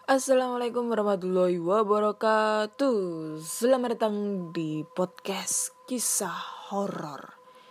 Assalamualaikum warahmatullahi wabarakatuh. Selamat datang di podcast kisah horor.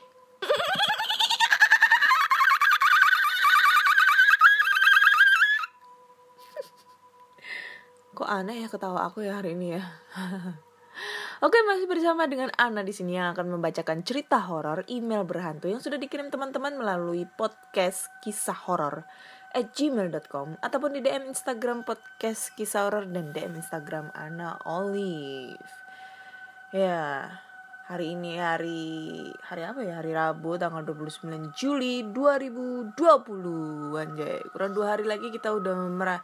Kok aneh ya ketawa aku ya hari ini ya. Oke, masih bersama dengan Ana di sini yang akan membacakan cerita horor email berhantu yang sudah dikirim teman-teman melalui podcast kisah horor @gmail.com ataupun di DM Instagram podcast kisah horor dan DM Instagram Ana Olive. Ya, hari ini hari apa ya? Hari Rabu tanggal 29 Juli 2020. Anjay, kurang 2 hari lagi kita udah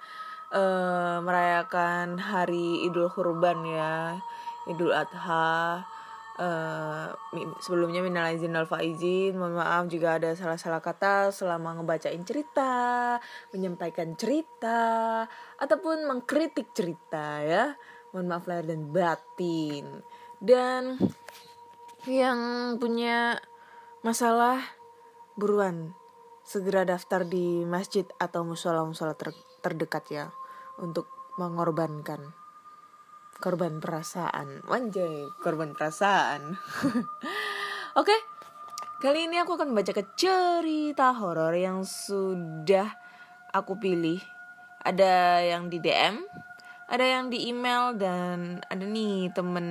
merayakan hari Idul Kurban ya. Idul Adha. Sebelumnya minal aizin wal faizin, mohon maaf jika ada salah-salah kata selama ngebacain cerita, menyampaikan cerita ataupun mengkritik cerita ya. Mohon maaf lahir dan batin. Dan yang punya masalah buruan segera daftar di masjid atau musola-musola terdekat ya untuk mengorbankan korban perasaan. Wanjay, korban perasaan. Oke, kali ini aku akan membacakan cerita horor yang sudah aku pilih. Ada yang di DM, ada yang di email, dan ada nih temen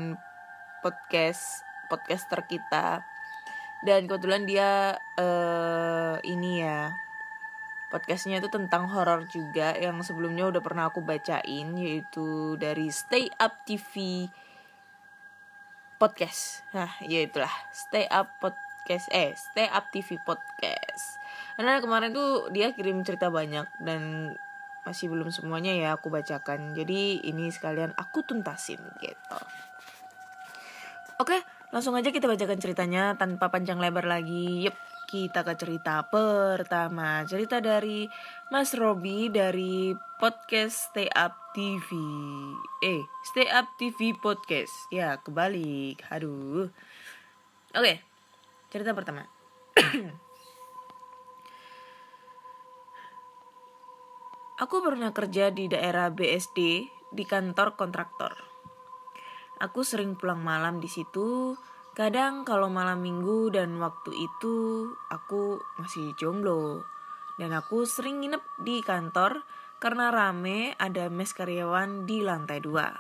podcaster kita. Dan kebetulan dia ini ya, podcastnya itu tentang horor juga yang sebelumnya udah pernah aku bacain, yaitu dari Stay Up TV Podcast. Nah, ya itulah Stay Up TV Podcast. Karena kemarin tuh dia kirim cerita banyak dan masih belum semuanya ya aku bacakan. Jadi ini sekalian aku tuntasin gitu. Oke, langsung aja kita bacakan ceritanya tanpa panjang lebar lagi. Yup. Kita ke cerita pertama. Cerita dari Mas Robi dari podcast Stay Up TV. Stay Up TV Podcast. Ya, kebalik. Aduh. Oke, cerita pertama. Aku pernah kerja di daerah BSD di kantor kontraktor. Aku sering pulang malam di situ. Kadang kalau malam minggu dan waktu itu aku masih jomblo. Dan aku sering nginep di kantor karena rame, ada mes karyawan di lantai 2.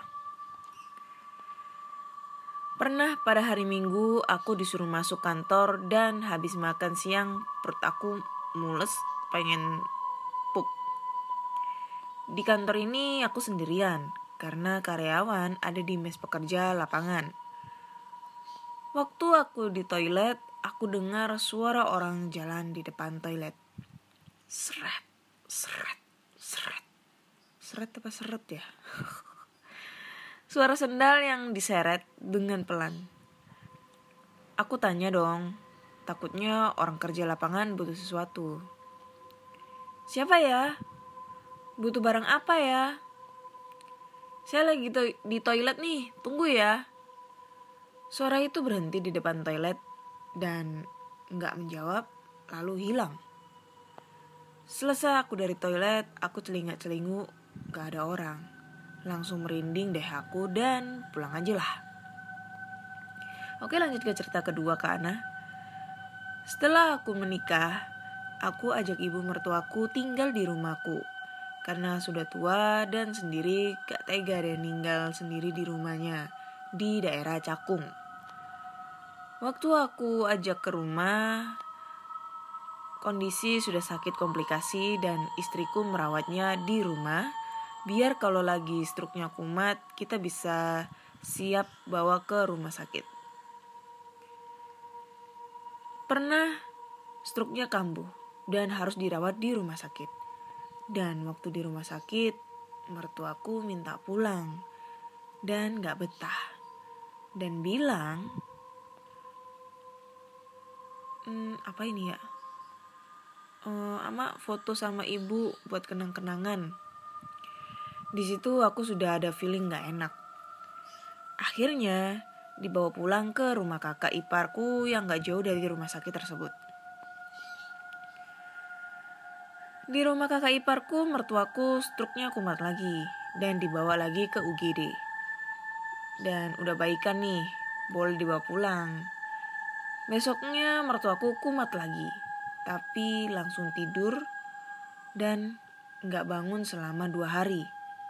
Pernah pada hari Minggu aku disuruh masuk kantor dan habis makan siang perut aku mules pengen pup. Di kantor ini aku sendirian karena karyawan ada di mes pekerja lapangan. Waktu aku di toilet, aku dengar suara orang jalan di depan toilet. Seret, seret, seret. Seret apa seret ya? Suara sendal yang diseret dengan pelan. Aku tanya dong, takutnya orang kerja lapangan butuh sesuatu. Siapa ya? Butuh barang apa ya? Saya lagi di toilet nih, tunggu ya. Suara itu berhenti di depan toilet dan gak menjawab, lalu hilang. Selesai aku dari toilet, aku celingak-celingu, gak ada orang. Langsung merinding deh aku dan pulang aja lah. Oke, lanjut ke cerita kedua Kak Ana. Setelah aku menikah, aku ajak ibu mertuaku tinggal di rumahku. Karena sudah tua dan sendiri, gak tega deh tinggal sendiri di rumahnya di daerah Cakung. Waktu aku ajak ke rumah, kondisi sudah sakit komplikasi dan istriku merawatnya di rumah. Biar kalau lagi struknya kumat, kita bisa siap bawa ke rumah sakit. Pernah struknya kambuh dan harus dirawat di rumah sakit. Dan waktu di rumah sakit, mertuaku minta pulang dan gak betah. Dan bilang, apa ini ya? Ama foto sama ibu buat kenang-kenangan. Di situ aku sudah ada feeling gak enak. Akhirnya dibawa pulang ke rumah kakak iparku yang gak jauh dari rumah sakit tersebut. Di rumah kakak iparku, mertuaku struknya kumat lagi dan dibawa lagi ke UGD. Dan udah baikan nih, boleh dibawa pulang. Besoknya mertuaku kumat lagi, tapi langsung tidur dan gak bangun selama 2 hari.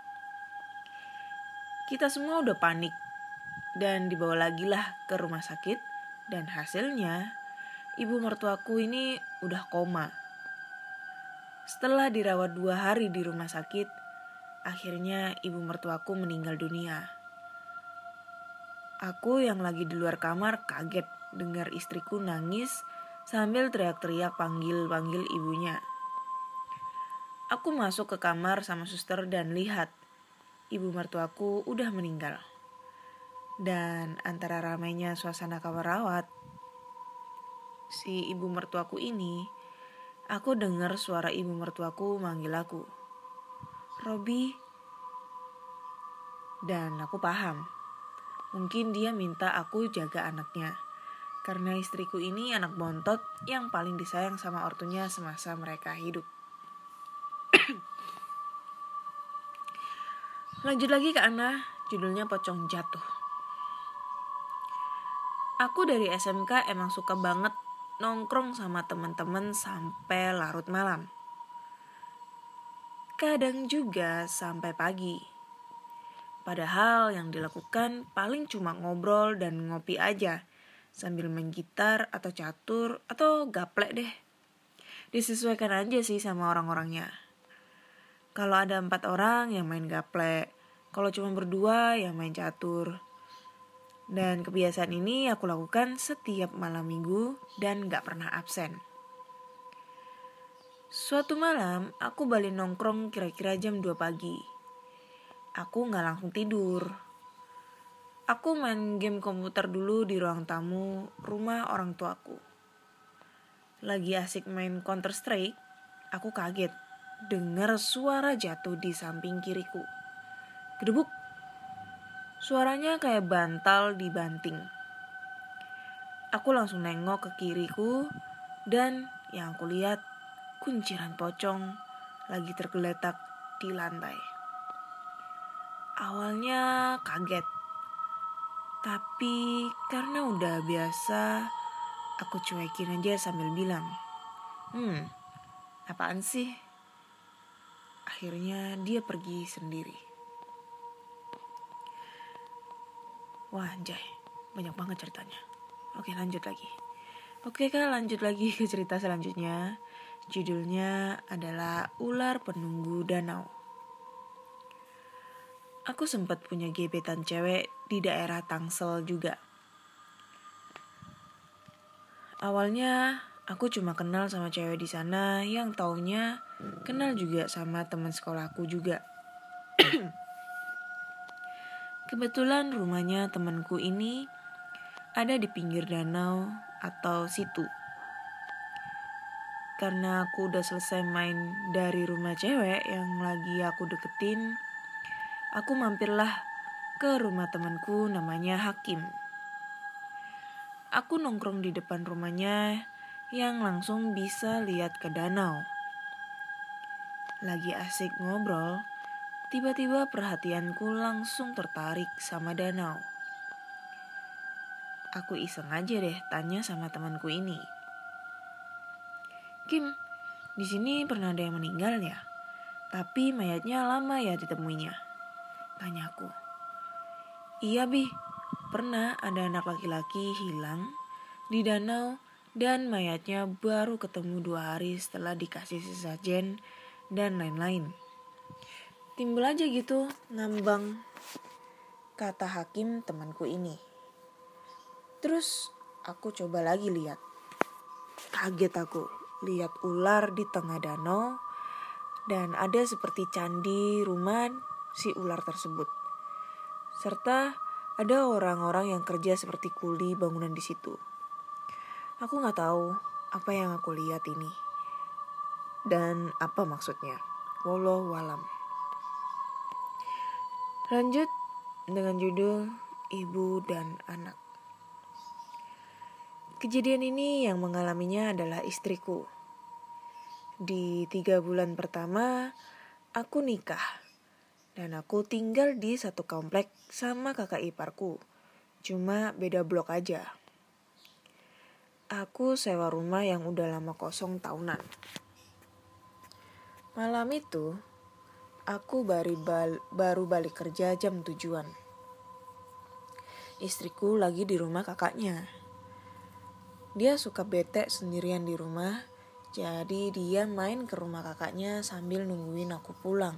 Kita semua udah panik dan dibawa lagi lah ke rumah sakit. Dan hasilnya ibu mertuaku ini udah koma. Setelah dirawat 2 hari di rumah sakit, akhirnya ibu mertuaku meninggal dunia. Aku yang lagi di luar kamar kaget dengar istriku nangis sambil teriak-teriak panggil-panggil ibunya. Aku masuk ke kamar sama suster dan lihat ibu mertuaku udah meninggal. Dan antara ramainya suasana kamar rawat si ibu mertuaku ini, aku dengar suara ibu mertuaku manggil aku, "Robi." Dan aku paham, mungkin dia minta aku jaga anaknya. Karena istriku ini anak bontot yang paling disayang sama ortunya semasa mereka hidup. Lanjut lagi ke Ana, judulnya Pocong Jatuh. Aku dari SMK emang suka banget nongkrong sama teman-teman sampai larut malam. Kadang juga sampai pagi. Padahal yang dilakukan paling cuma ngobrol dan ngopi aja, sambil main gitar atau catur atau gaplek deh. Disesuaikan aja sih sama orang-orangnya. Kalau ada 4 orang yang main gaplek, kalau cuma berdua yang main catur. Dan kebiasaan ini aku lakukan setiap malam minggu dan gak pernah absen. Suatu malam aku balik nongkrong kira-kira jam 2 pagi. Aku gak langsung tidur. Aku main game komputer dulu di ruang tamu rumah orang tuaku. Lagi asik main Counter Strike, aku kaget dengar suara jatuh di samping kiriku. Gedebuk. Suaranya kayak bantal dibanting. Aku langsung nengok ke kiriku dan yang aku lihat kunciran pocong lagi tergeletak di lantai. Awalnya kaget, tapi karena udah biasa, aku cuekin aja sambil bilang, apaan sih? Akhirnya dia pergi sendiri. Wah anjay, banyak banget ceritanya. Oke lanjut lagi. Oke Kak, lanjut lagi ke cerita selanjutnya. Judulnya adalah Ular Penunggu Danau. Aku sempat punya gebetan cewek di daerah Tangsel juga. Awalnya aku cuma kenal sama cewek di sana yang taunya kenal juga sama teman sekolahku juga. Kebetulan rumahnya temanku ini ada di pinggir danau atau situ. Karena aku udah selesai main dari rumah cewek yang lagi aku deketin, aku mampirlah ke rumah temanku namanya Hakim. Aku nongkrong di depan rumahnya yang langsung bisa lihat ke danau. Lagi asik ngobrol, tiba-tiba perhatianku langsung tertarik sama danau. Aku iseng aja deh tanya sama temanku ini. "Kim, di sini pernah ada yang meninggal ya? Tapi mayatnya lama ya ditemuinya?" Tanya aku. "Iya Bi, pernah ada anak laki-laki hilang di danau dan mayatnya baru ketemu 2 hari setelah dikasih sesajen dan lain-lain." Timbul aja gitu ngambang, kata Hakim temanku ini. Terus aku coba lagi lihat. Kaget aku lihat ular di tengah danau dan ada seperti candi rumah si ular tersebut. Serta ada orang-orang yang kerja seperti kuli bangunan di situ. Aku gak tahu apa yang aku lihat ini dan apa maksudnya. Wallahu alam. Lanjut dengan judul Ibu dan Anak. Kejadian ini yang mengalaminya adalah istriku. Di 3 bulan pertama, aku nikah. Dan aku tinggal di satu komplek sama kakak iparku. Cuma beda blok aja. Aku sewa rumah yang udah lama kosong tahunan. Malam itu, aku baru balik kerja jam 7-an. Istriku lagi di rumah kakaknya. Dia suka bete sendirian di rumah, jadi dia main ke rumah kakaknya sambil nungguin aku pulang.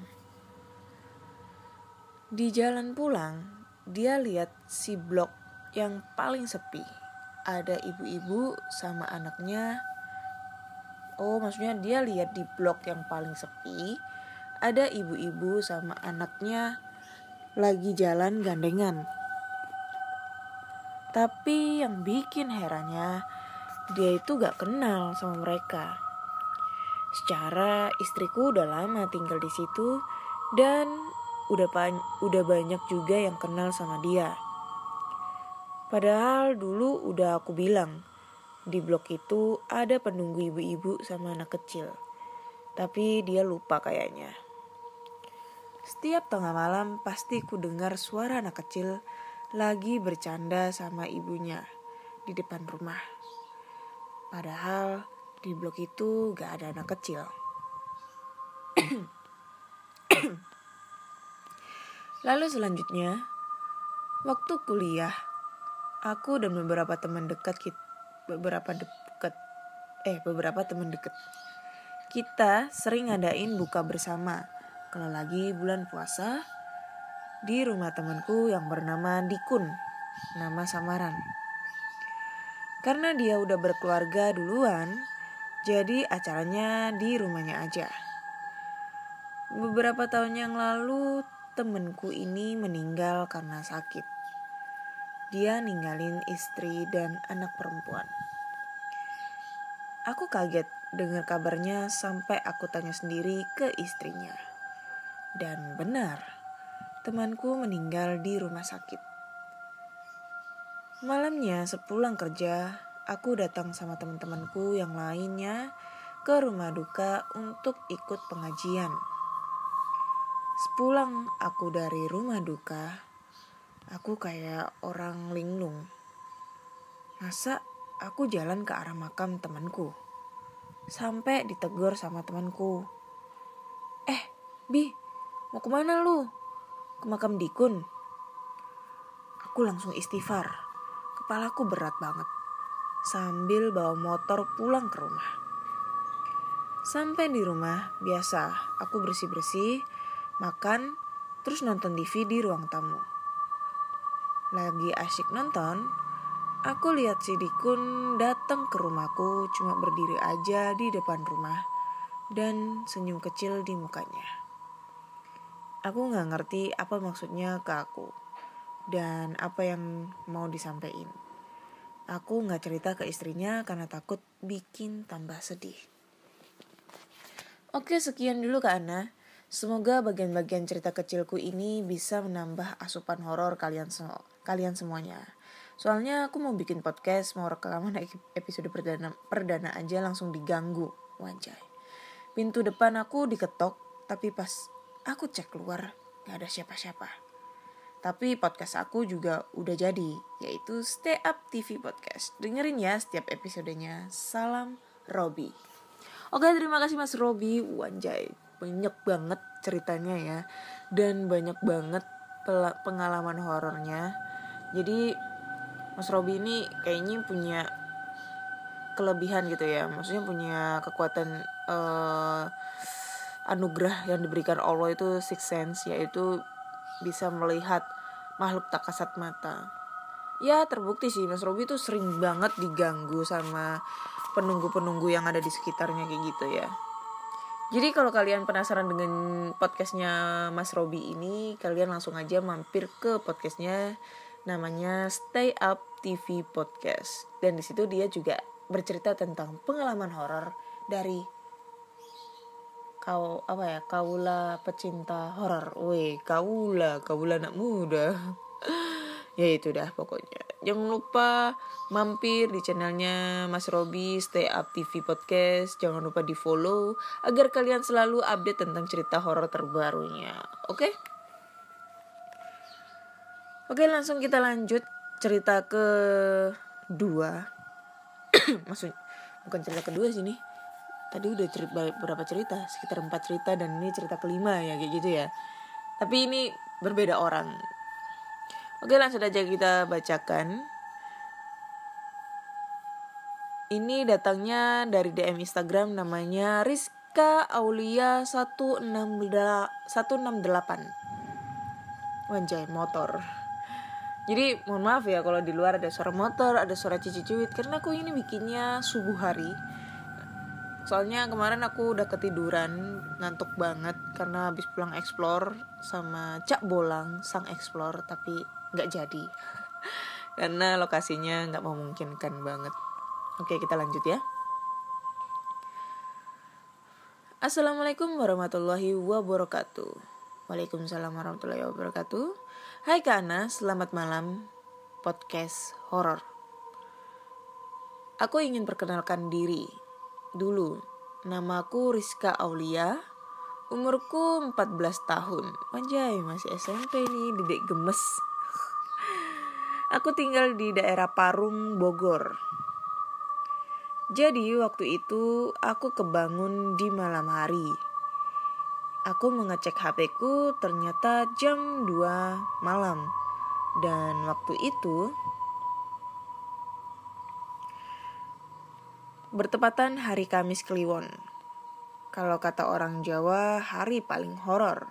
Di jalan pulang, dia lihat si blok yang paling sepi. Ada ibu-ibu sama anaknya. Maksudnya dia lihat di blok yang paling sepi, ada ibu-ibu sama anaknya lagi jalan gandengan. Tapi yang bikin herannya, dia itu gak kenal sama mereka. Secara istriku udah lama tinggal di situ dan udah banyak juga yang kenal sama dia. Padahal dulu udah aku bilang, di blok itu ada penunggu ibu-ibu sama anak kecil. Tapi dia lupa kayaknya. Setiap tengah malam pasti ku dengar suara anak kecil lagi bercanda sama ibunya di depan rumah. Padahal di blok itu gak ada anak kecil. Lalu selanjutnya, waktu kuliah, aku dan beberapa teman dekat kita sering ngadain buka bersama kalau lagi bulan puasa di rumah temanku yang bernama Dikun, nama samaran. Karena dia udah berkeluarga duluan, jadi acaranya di rumahnya aja. Beberapa tahun yang lalu temanku ini meninggal karena sakit. Dia ninggalin istri dan anak perempuan. Aku kaget dengar kabarnya sampai aku tanya sendiri ke istrinya. Dan benar, temanku meninggal di rumah sakit. Malamnya sepulang kerja, aku datang sama teman-temanku yang lainnya ke rumah duka untuk ikut pengajian. Sepulang aku dari rumah duka, aku kayak orang linglung. Masa aku jalan ke arah makam temanku? Sampai ditegur sama temanku. Bi, mau kemana lu? Ke makam Dikun? Aku langsung istighfar. Kepalaku berat banget. Sambil bawa motor pulang ke rumah. Sampai di rumah, biasa aku bersih-bersih, makan, terus nonton TV di ruang tamu. Lagi asyik nonton, aku lihat si Dikun datang ke rumahku cuma berdiri aja di depan rumah dan senyum kecil di mukanya. Aku gak ngerti apa maksudnya ke aku dan apa yang mau disampaikan. Aku gak cerita ke istrinya karena takut bikin tambah sedih. Oke, sekian dulu Kak Ana. Semoga bagian-bagian cerita kecilku ini bisa menambah asupan horor kalian semuanya. Soalnya aku mau bikin podcast, mau rekaman episode perdana aja langsung diganggu. Wanjay. Pintu depan aku diketok, tapi pas aku cek keluar gak ada siapa-siapa. Tapi podcast aku juga udah jadi, yaitu Stay Up TV Podcast. Dengerin ya setiap episodenya. Salam Robi. Oke, terima kasih Mas Robi. Wanjay, banyak banget ceritanya ya. Dan banyak banget pengalaman horornya. Jadi Mas Robi ini kayaknya punya kelebihan gitu ya. Maksudnya punya kekuatan anugerah yang diberikan Allah itu sixth sense, yaitu bisa melihat makhluk tak kasat mata. Ya terbukti sih Mas Robi tuh sering banget diganggu sama penunggu-penunggu yang ada di sekitarnya kayak gitu ya. Jadi kalau kalian penasaran dengan podcastnya Mas Robi ini, kalian langsung aja mampir ke podcastnya, namanya Stay Up TV Podcast. Dan di situ dia juga bercerita tentang pengalaman horor dari kaula pecinta horor. Kaula anak muda. Ya itu dah pokoknya. Jangan lupa mampir di channelnya Mas Robi Stay Up TV Podcast. Jangan lupa di follow agar kalian selalu update tentang cerita horor terbarunya. Oke? Oke, langsung kita lanjut cerita kedua. Maksud bukan cerita kedua sih nih. Tadi udah berapa cerita? Sekitar 4 cerita dan ini cerita kelima ya kayak gitu ya. Tapi ini berbeda orang. Oke, langsung aja kita bacakan. Ini datangnya dari DM Instagram namanya Rizka Aulia 168. Wanjay, motor. Jadi mohon maaf ya kalau di luar ada suara motor, ada suara cici-ciwit karena aku ini bikinnya subuh hari. Soalnya kemarin aku udah ketiduran, ngantuk banget karena habis pulang explore sama Cak Bolang sang explore, tapi nggak jadi karena lokasinya nggak memungkinkan banget. Oke, kita lanjut ya. Assalamualaikum warahmatullahi wabarakatuh. Waalaikumsalam warahmatullahi wabarakatuh. Hai Kak Ana, selamat malam podcast horor. Aku ingin perkenalkan diri dulu. Namaku Rizka Aulia. Umurku 14 tahun. Anjay, masih SMP nih, dedek gemes. Aku tinggal di daerah Parung, Bogor. Jadi waktu itu aku kebangun di malam hari. Aku mengecek HP-ku ternyata jam 2 malam. Dan waktu itu bertepatan hari Kamis Kliwon. Kalau kata orang Jawa, hari paling horor.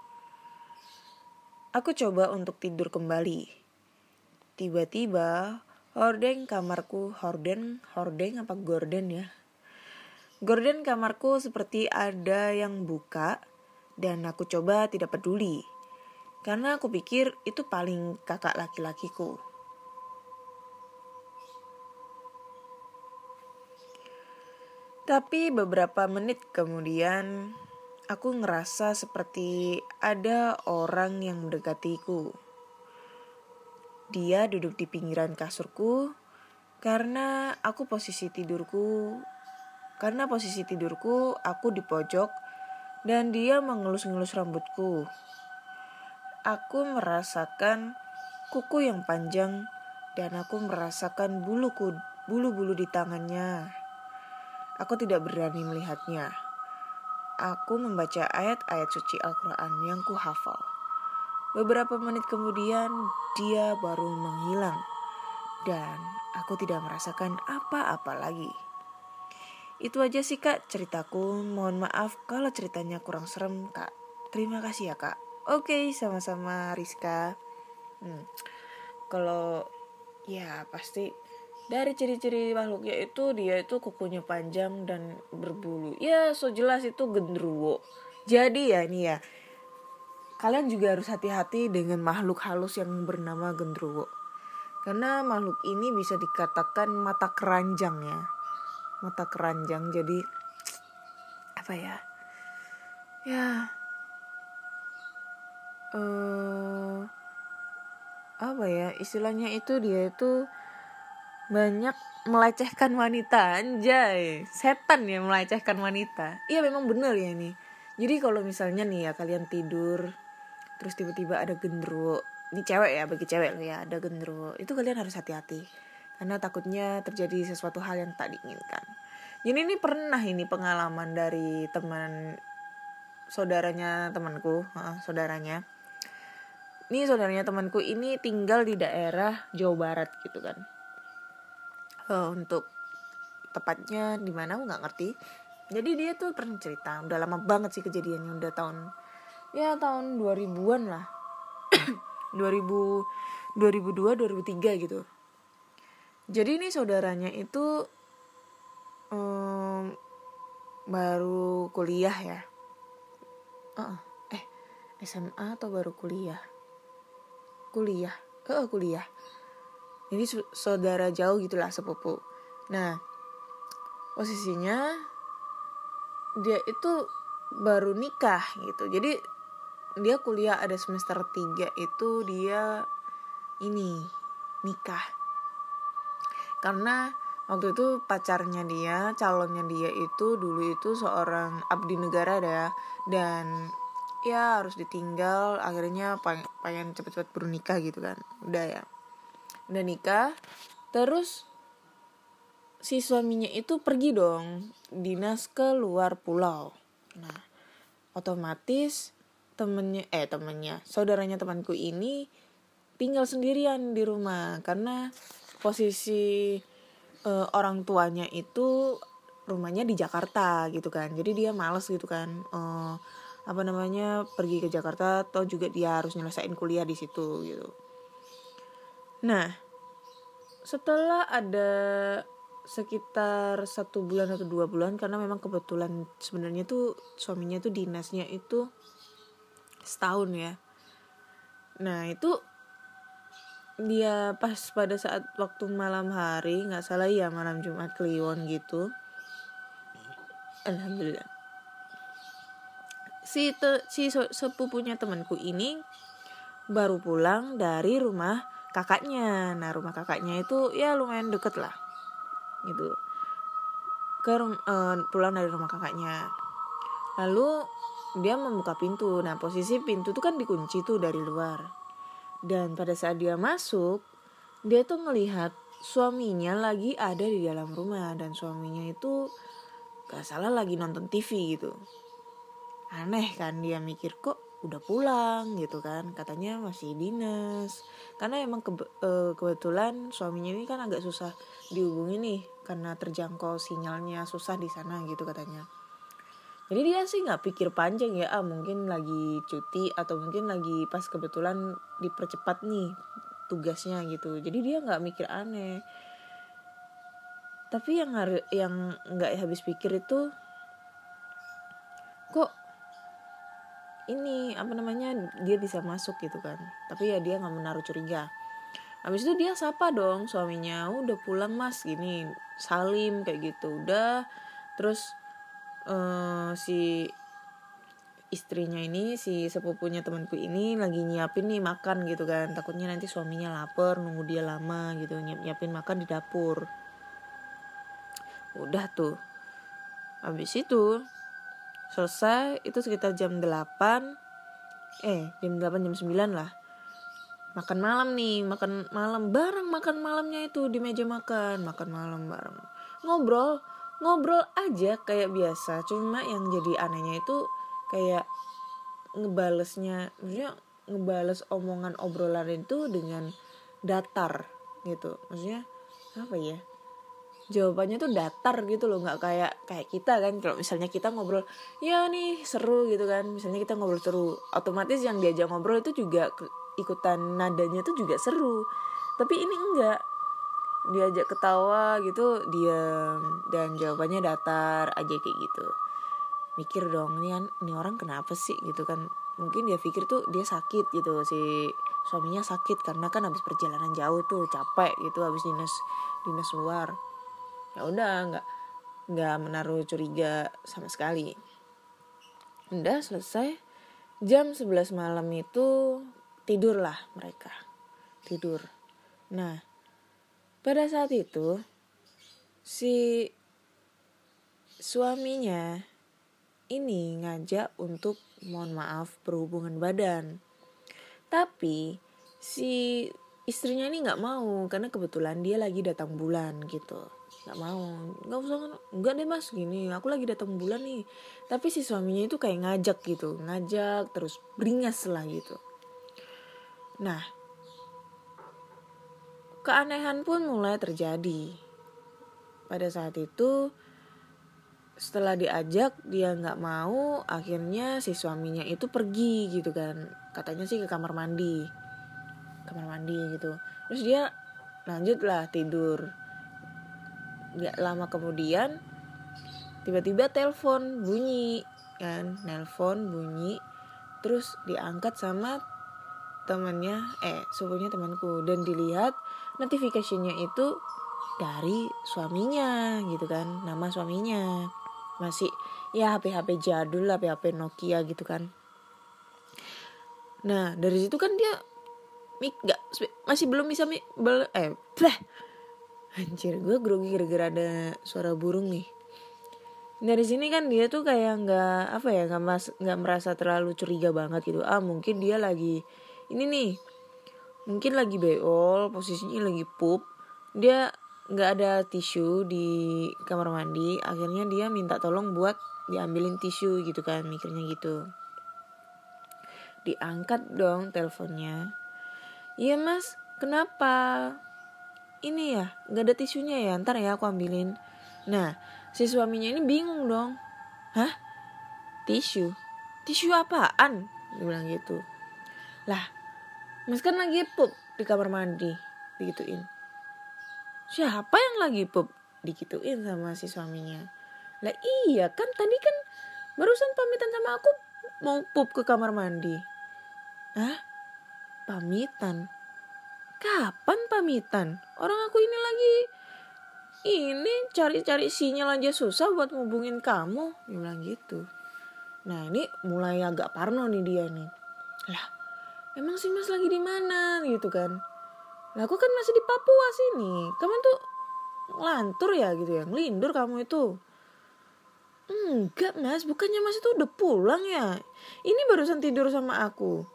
Aku coba untuk tidur kembali. Tiba-tiba hordeng kamarku, hordeng apa gorden ya? Gorden kamarku seperti ada yang buka. Dan aku coba tidak peduli, karena aku pikir itu paling kakak laki-lakiku. Tapi beberapa menit kemudian, aku ngerasa seperti ada orang yang mendekatiku. Dia duduk di pinggiran kasurku, karena posisi tidurku aku di pojok. Dan dia mengelus-ngelus rambutku. Aku merasakan kuku yang panjang dan aku merasakan bulu-bulu di tangannya. Aku tidak berani melihatnya. Aku membaca ayat-ayat suci Al-Quran yang kuhafal. Beberapa menit kemudian dia baru menghilang dan aku tidak merasakan apa-apa lagi. Itu aja sih Kak ceritaku. Mohon maaf kalau ceritanya kurang serem Kak. Terima kasih ya Kak. Oke, sama-sama Rizka. Kalau ya pasti dari ciri-ciri makhluknya itu dia itu kukunya panjang dan berbulu. Ya so jelas itu genderuwo. Jadi ya ini ya, kalian juga harus hati-hati dengan makhluk halus yang bernama genderuwo. Karena makhluk ini bisa dikatakan mata keranjang ya. Mata keranjang, jadi apa ya apa ya istilahnya itu, dia itu banyak melecehkan wanita. Anjay, setan ya melecehkan wanita. Iya memang benar ya ini. Jadi kalau misalnya nih ya kalian tidur terus tiba-tiba ada genderuwo, ini cewek ya, bagi cewek loh ya, ada genderuwo, itu kalian harus hati-hati karena takutnya terjadi sesuatu hal yang tak diinginkan. Jadi ini pernah ini pengalaman dari saudaranya temanku. Ini saudaranya temanku ini tinggal di daerah Jawa Barat gitu kan. Untuk tepatnya di mana aku nggak ngerti. Jadi dia tuh pernah cerita, udah lama banget sih kejadiannya, udah tahun 2000-an lah. 2002, 2003 gitu. Jadi ini saudaranya itu baru kuliah ya. SMA atau baru kuliah? Kuliah. Ini saudara jauh gitulah, sepupu. Nah, posisinya dia itu baru nikah gitu. Jadi dia kuliah ada semester 3 itu dia ini nikah. Karena waktu itu pacarnya dia, calonnya dia itu dulu itu seorang abdi negara ya, dan ya harus ditinggal, akhirnya pengen cepet-cepet baru nikah gitu kan. Udah nikah, terus si suaminya itu pergi dong dinas ke luar pulau. Nah, otomatis saudaranya temanku ini tinggal sendirian di rumah karena posisi orang tuanya itu rumahnya di Jakarta gitu kan. Jadi dia malas gitu kan pergi ke Jakarta, atau juga dia harus nyelesain kuliah di situ gitu. Nah, setelah ada sekitar 1 bulan atau 2 bulan, karena memang kebetulan sebenarnya tuh suaminya tuh dinasnya itu setahun ya. Nah, itu dia pas pada saat waktu malam hari, nggak salah ya, malam Jumat Kliwon gitu. Alhamdulillah, si sepupunya temanku ini baru pulang dari rumah kakaknya. Nah, rumah kakaknya itu ya lumayan deket lah gitu, pulang dari rumah kakaknya. Lalu dia membuka pintu. Nah, posisi pintu tuh kan dikunci tuh dari luar. Dan pada saat dia masuk, dia tuh ngelihat suaminya lagi ada di dalam rumah, dan suaminya itu gak salah lagi nonton TV gitu. Aneh kan, dia mikir kok udah pulang gitu kan, katanya masih dinas. Karena emang kebetulan suaminya ini kan agak susah dihubungi nih, karena terjangkau sinyalnya susah di sana gitu katanya. Jadi dia sih nggak pikir panjang ya, mungkin lagi cuti atau mungkin lagi pas kebetulan dipercepat nih tugasnya gitu. Jadi dia nggak mikir aneh. Tapi yang nggak habis pikir itu, kok ini dia bisa masuk gitu kan. Tapi ya dia nggak menaruh curiga. Habis itu dia sapa dong suaminya, udah pulang mas gini, salim kayak gitu. Udah, terus si istrinya ini, si sepupunya temanku ini lagi nyiapin nih makan gitu kan, takutnya nanti suaminya lapar nunggu dia lama gitu, nyiapin makan di dapur. Udah tuh, habis itu selesai, itu sekitar jam 8 jam 9 lah, makan malam bareng, makan malamnya itu di meja makan malam bareng, ngobrol aja kayak biasa. Cuma yang jadi anehnya itu kayak ngebales omongan obrolan itu dengan datar gitu. Maksudnya apa ya, jawabannya tuh datar gitu loh, nggak kayak kita kan. Kalau misalnya kita ngobrol ya nih seru gitu kan, misalnya kita ngobrol seru, otomatis yang diajak ngobrol itu juga ikutan nadanya tuh juga seru. Tapi ini enggak, diajak ketawa gitu diam, dan jawabannya datar aja kayak gitu. Mikir dong, ini orang kenapa sih gitu kan. Mungkin dia pikir tuh dia sakit gitu, si suaminya sakit karena kan habis perjalanan jauh tuh, capek gitu, habis dinas luar. Ya udah, nggak menaruh curiga sama sekali. Udah selesai, jam 11 malam itu tidurlah mereka. Nah, pada saat itu si suaminya ini ngajak untuk mohon maaf berhubungan badan. Tapi si istrinya ini nggak mau, karena kebetulan dia lagi datang bulan gitu. Nggak deh mas, gini aku lagi datang bulan nih. Tapi si suaminya itu kayak ngajak terus beringas lah gitu. Nah, keanehan pun mulai terjadi. Pada saat itu setelah diajak dia nggak mau, akhirnya si suaminya itu pergi gitu kan, katanya sih ke kamar mandi gitu. Terus dia lanjutlah tidur. Nggak lama kemudian tiba-tiba telepon bunyi, terus diangkat sama sepupunya temanku, dan dilihat notifikasinya itu dari suaminya gitu kan, nama suaminya. Masih ya HP jadul lah, HP Nokia gitu kan. Nah, dari situ kan dia masih belum bisa Anjir, gue grogi gara-gara ada suara burung nih. Dari sini kan dia tuh kayak nggak merasa terlalu curiga banget gitu. Mungkin dia lagi ini nih, mungkin lagi beol, posisinya lagi pup. Dia nggak ada tisu di kamar mandi. Akhirnya dia minta tolong buat diambilin tisu gitu kan, mikirnya gitu. Diangkat dong teleponnya. Iya mas, kenapa? Ini ya, nggak ada tisunya ya, ntar ya aku ambilin. Nah, si suaminya ini bingung dong. Hah? Tisu? Tisu apaan? Dia bilang gitu. Lah, mas kan lagi pup di kamar mandi. Digituin. Siapa yang lagi pup? Digituin sama si suaminya. Lah iya kan, tadi kan barusan pamitan sama aku mau pup ke kamar mandi. Hah? Pamitan? Kapan pamitan? Orang aku ini lagi cari-cari sinyal aja susah buat ngubungin kamu. Dia bilang gitu. Nah ini mulai agak parno nih dia nih. Lah emang sih mas lagi di mana gitu kan. Lah aku kan masih di Papua sini. Kamu tuh ngelantur ya gitu ya. Ngelindur kamu itu. Enggak mas, bukannya mas itu udah pulang ya. Ini barusan tidur sama aku.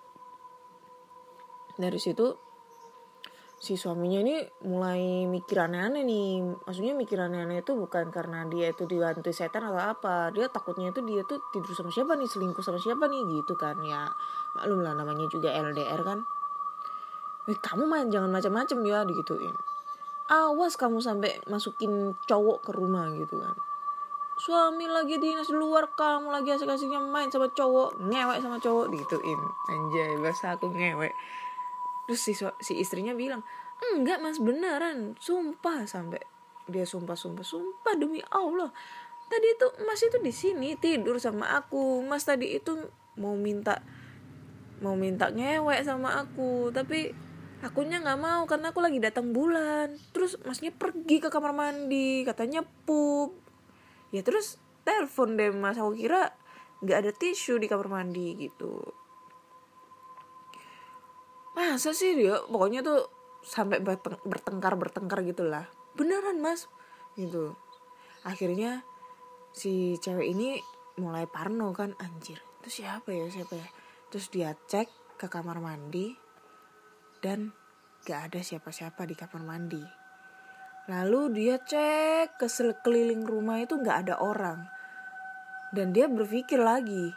Dari situ si suaminya ini mulai mikir aneh-aneh nih. Maksudnya mikir aneh-aneh itu bukan karena dia itu dihantui setan atau apa. Dia takutnya itu dia tuh tidur sama siapa nih, selingkuh sama siapa nih gitu kan. Ya maklum lah namanya juga LDR kan. Kamu jangan macam-macam ya digituin. Awas kamu sampai masukin cowok ke rumah gitu kan. Suami lagi dinas di luar, kamu lagi asik-asiknya main sama cowok, ngewek sama cowok digituin. Anjay, bahasa aku ngewek. Terus si istrinya bilang, enggak mas beneran, sumpah. Sampai dia sumpah demi Allah. Tadi itu mas itu di sini tidur sama aku. Mas tadi itu mau minta ngewek sama aku, tapi akunya nggak mau karena aku lagi datang bulan. Terus masnya pergi ke kamar mandi, katanya pup. Ya terus telepon deh mas, aku kira nggak ada tisu di kamar mandi gitu. Masa sih dia pokoknya tuh sampai bertengkar gitulah. Beneran mas gitu. Akhirnya si cewek ini mulai parno kan, anjir itu siapa ya. Terus dia cek ke kamar mandi dan gak ada siapa-siapa di kamar mandi. Lalu dia cek ke sekeliling rumah itu gak ada orang. Dan dia berpikir lagi,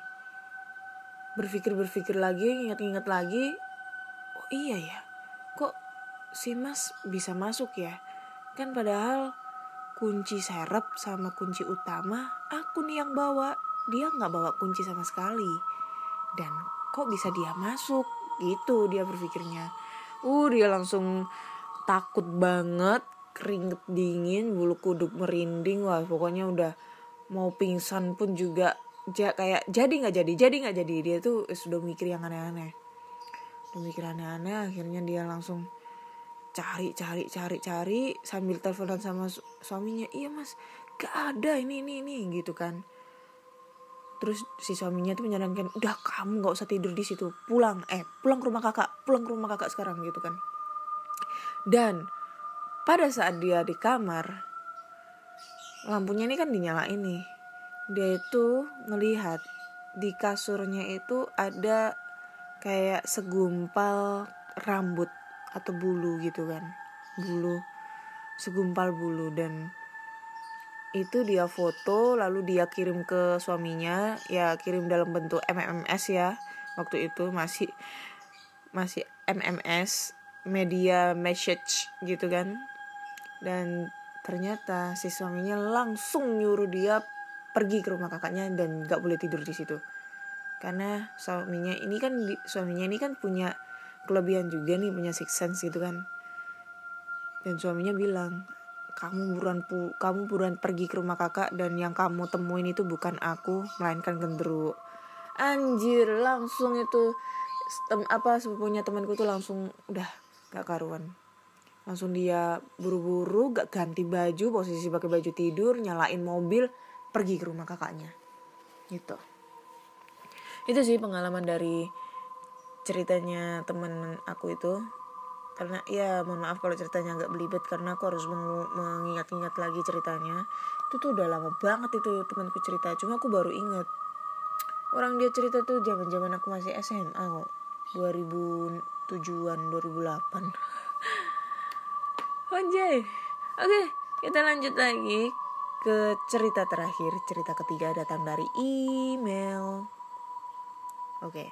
ingat-ingat lagi. Oh iya ya, kok si mas bisa masuk ya? Kan padahal kunci serep sama kunci utama aku nih yang bawa. Dia gak bawa kunci sama sekali. Dan kok bisa dia masuk? Gitu dia berpikirnya. Dia langsung takut banget, keringet dingin, bulu kuduk merinding. Wah pokoknya udah mau pingsan pun juga kayak jadi gak jadi. Dia tuh sudah mikir yang aneh-aneh. Akhirnya dia langsung cari sambil teleponan sama suaminya. Iya mas, gak ada ini gitu kan. Terus si suaminya tuh menyarankan, udah kamu gak usah tidur di situ, pulang ke rumah kakak sekarang gitu kan. Dan pada saat dia di kamar, lampunya ini kan dinyalain nih. Dia itu ngelihat di kasurnya itu ada kayak segumpal rambut atau bulu gitu kan. Segumpal bulu. Dan itu dia foto lalu dia kirim ke suaminya. Ya kirim dalam bentuk MMS ya. Waktu itu masih MMS, media message gitu kan. Dan ternyata si suaminya langsung nyuruh dia pergi ke rumah kakaknya dan gak boleh tidur di situ. Karena suaminya ini kan punya kelebihan juga nih, punya sixth sense gitu kan. Dan suaminya bilang, kamu buruan pergi ke rumah kakak, dan yang kamu temuin itu bukan aku melainkan genderuwo. Anjir, langsung itu sepupunya temanku tuh langsung udah gak karuan. Langsung dia buru-buru gak ganti baju, posisi pakai baju tidur, nyalain mobil, pergi ke rumah kakaknya. Gitu. Itu sih pengalaman dari ceritanya temen aku itu. Karena ya mohon maaf kalau ceritanya agak belibet, karena aku harus mengingat-ingat lagi ceritanya. Itu tuh udah lama banget itu temanku cerita, cuma aku baru ingat. Orang dia cerita tuh zaman-zaman aku masih SMA kok. 2007-an, 2008. Anjay. Oke, kita lanjut lagi ke cerita terakhir. Cerita ketiga datang dari email. Oke.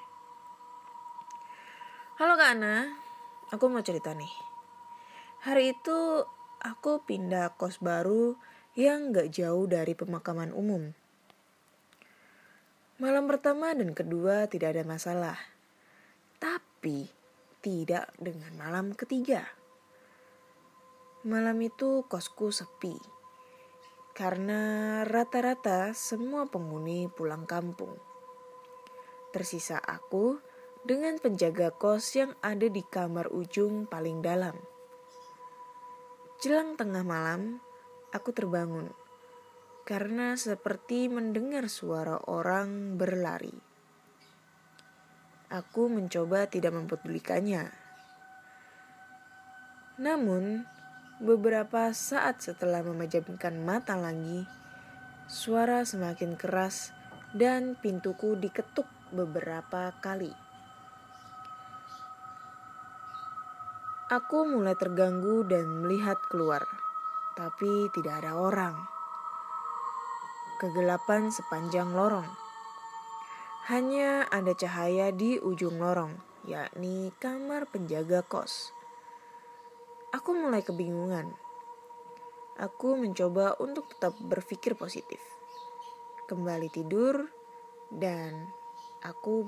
Halo Kak Ana, aku mau cerita nih. Hari itu aku pindah kos baru yang gak jauh dari pemakaman umum. Malam pertama dan kedua tidak ada masalah. Tapi tidak dengan malam ketiga. Malam itu kosku sepi. Karena rata-rata semua penghuni pulang kampung. Tersisa aku dengan penjaga kos yang ada di kamar ujung paling dalam. Jelang tengah malam, aku terbangun karena seperti mendengar suara orang berlari. Aku mencoba tidak mempedulikannya. Namun, beberapa saat setelah memejamkan mata lagi, suara semakin keras dan pintuku diketuk beberapa kali. Aku mulai terganggu dan melihat keluar, tapi tidak ada orang. Kegelapan sepanjang lorong. Hanya ada cahaya di ujung lorong, yakni kamar penjaga kos. Aku mulai kebingungan. Aku mencoba untuk tetap berpikir positif. Kembali tidur dan aku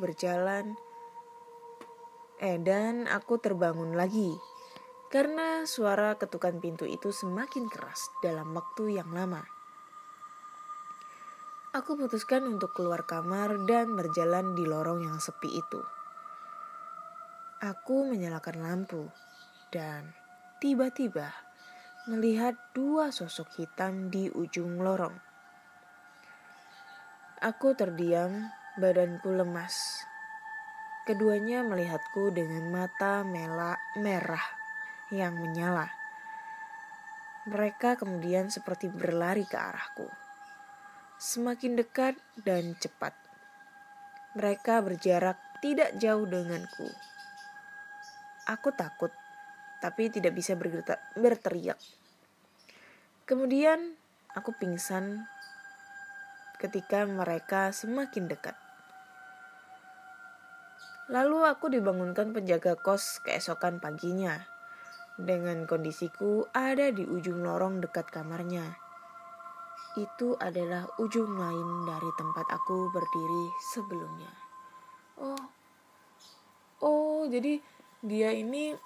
terbangun lagi. Karena suara ketukan pintu itu semakin keras dalam waktu yang lama. Aku putuskan untuk keluar kamar dan berjalan di lorong yang sepi itu. Aku menyalakan lampu dan tiba-tiba melihat dua sosok hitam di ujung lorong. Aku terdiam, badanku lemas. Keduanya melihatku dengan mata merah yang menyala. Mereka kemudian seperti berlari ke arahku. Semakin dekat dan cepat. Mereka berjarak tidak jauh denganku. Aku takut, tapi tidak bisa berteriak. Kemudian aku pingsan ketika mereka semakin dekat. Lalu aku dibangunkan penjaga kos keesokan paginya. Dengan kondisiku ada di ujung lorong dekat kamarnya. Itu adalah ujung lain dari tempat aku berdiri sebelumnya. Jadi dia ini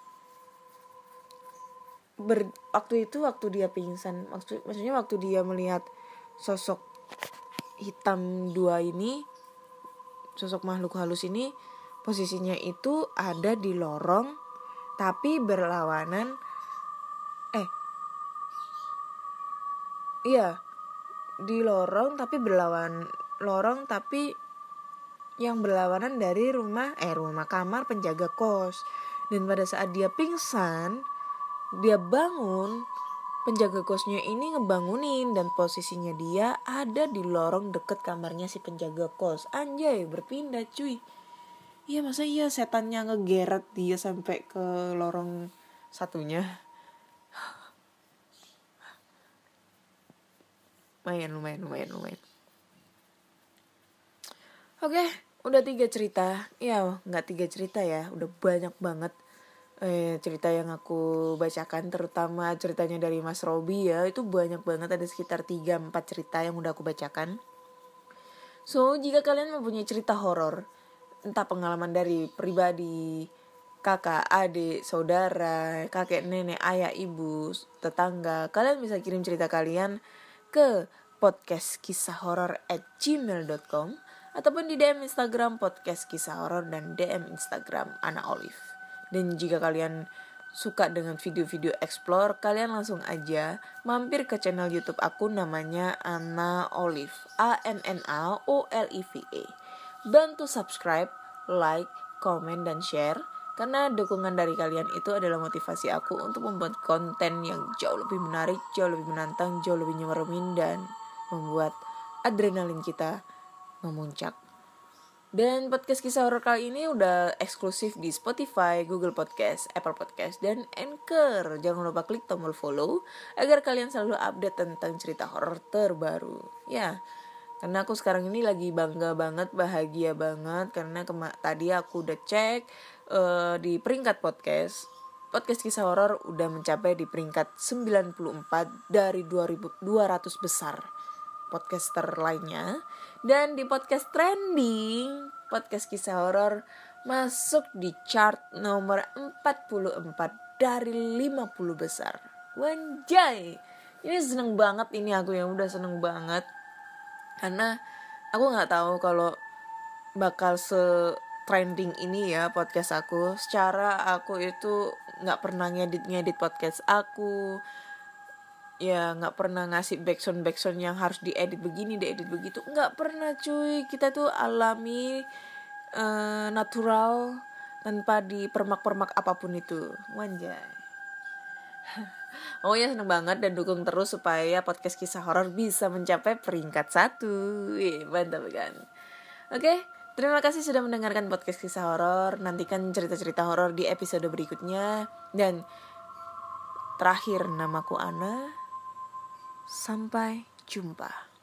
waktu dia pingsan, maksudnya waktu dia melihat sosok hitam dua ini, sosok makhluk halus ini, posisinya itu ada di lorong tapi berlawanan. Di lorong tapi yang berlawanan dari rumah kamar penjaga kos. Dan pada saat dia pingsan, dia bangun, penjaga kosnya ini ngebangunin dan posisinya dia ada di lorong deket kamarnya si penjaga kos. Anjay, berpindah cuy. Iya, masa iya setannya ngegeret dia sampai ke lorong satunya. Lumayan. Oke, udah 3 cerita. Ya, gak 3 cerita ya, udah banyak banget cerita yang aku bacakan. Terutama ceritanya dari Mas Robi ya, itu banyak banget, ada sekitar 3-4 cerita yang udah aku bacakan. So, jika kalian mempunyai cerita horor, entah pengalaman dari pribadi, kakak, adik, saudara, kakek, nenek, ayah, ibu, tetangga, kalian bisa kirim cerita kalian ke podcastkisahhoror@gmail.com ataupun di DM Instagram podcast kisah horor dan DM Instagram Ana Olive. Dan jika kalian suka dengan video-video explore, kalian langsung aja mampir ke channel YouTube aku, namanya Ana Olive, ANNAOLIVE. Bantu subscribe, like, komen, dan share, Karena dukungan dari kalian itu adalah motivasi aku untuk membuat konten yang jauh lebih menarik, jauh lebih menantang, jauh lebih nyeremin, dan membuat adrenalin kita memuncak. Dan podcast kisah horor kali ini udah eksklusif di Spotify, Google Podcast, Apple Podcast, dan Anchor. Jangan lupa klik tombol follow agar kalian selalu update tentang cerita horor terbaru. Ya, karena aku sekarang ini lagi bangga banget, bahagia banget. Karena tadi aku udah cek di peringkat podcast kisah horor udah mencapai di peringkat 94 dari 200 besar podcaster lainnya. Dan di podcast trending, podcast kisah horor masuk di chart nomor 44 dari 50 besar. Wanjay, ini seneng banget, ini aku yang udah seneng banget. Karena aku gak tahu kalau bakal trending ini ya podcast aku. Secara aku itu gak pernah ngedit podcast aku, ya nggak pernah ngasih backsound yang harus diedit begini, diedit begitu, nggak pernah cuy. Kita tuh alami, natural, tanpa dipermak-permak apapun itu. Wanjay. Oh ya, seneng banget dan dukung terus supaya podcast kisah horor bisa mencapai peringkat 1. Mantap kan? Oke, terima kasih sudah mendengarkan podcast kisah horor. Nantikan cerita-cerita horor di episode berikutnya. Dan terakhir, namaku Ana. Sampai jumpa.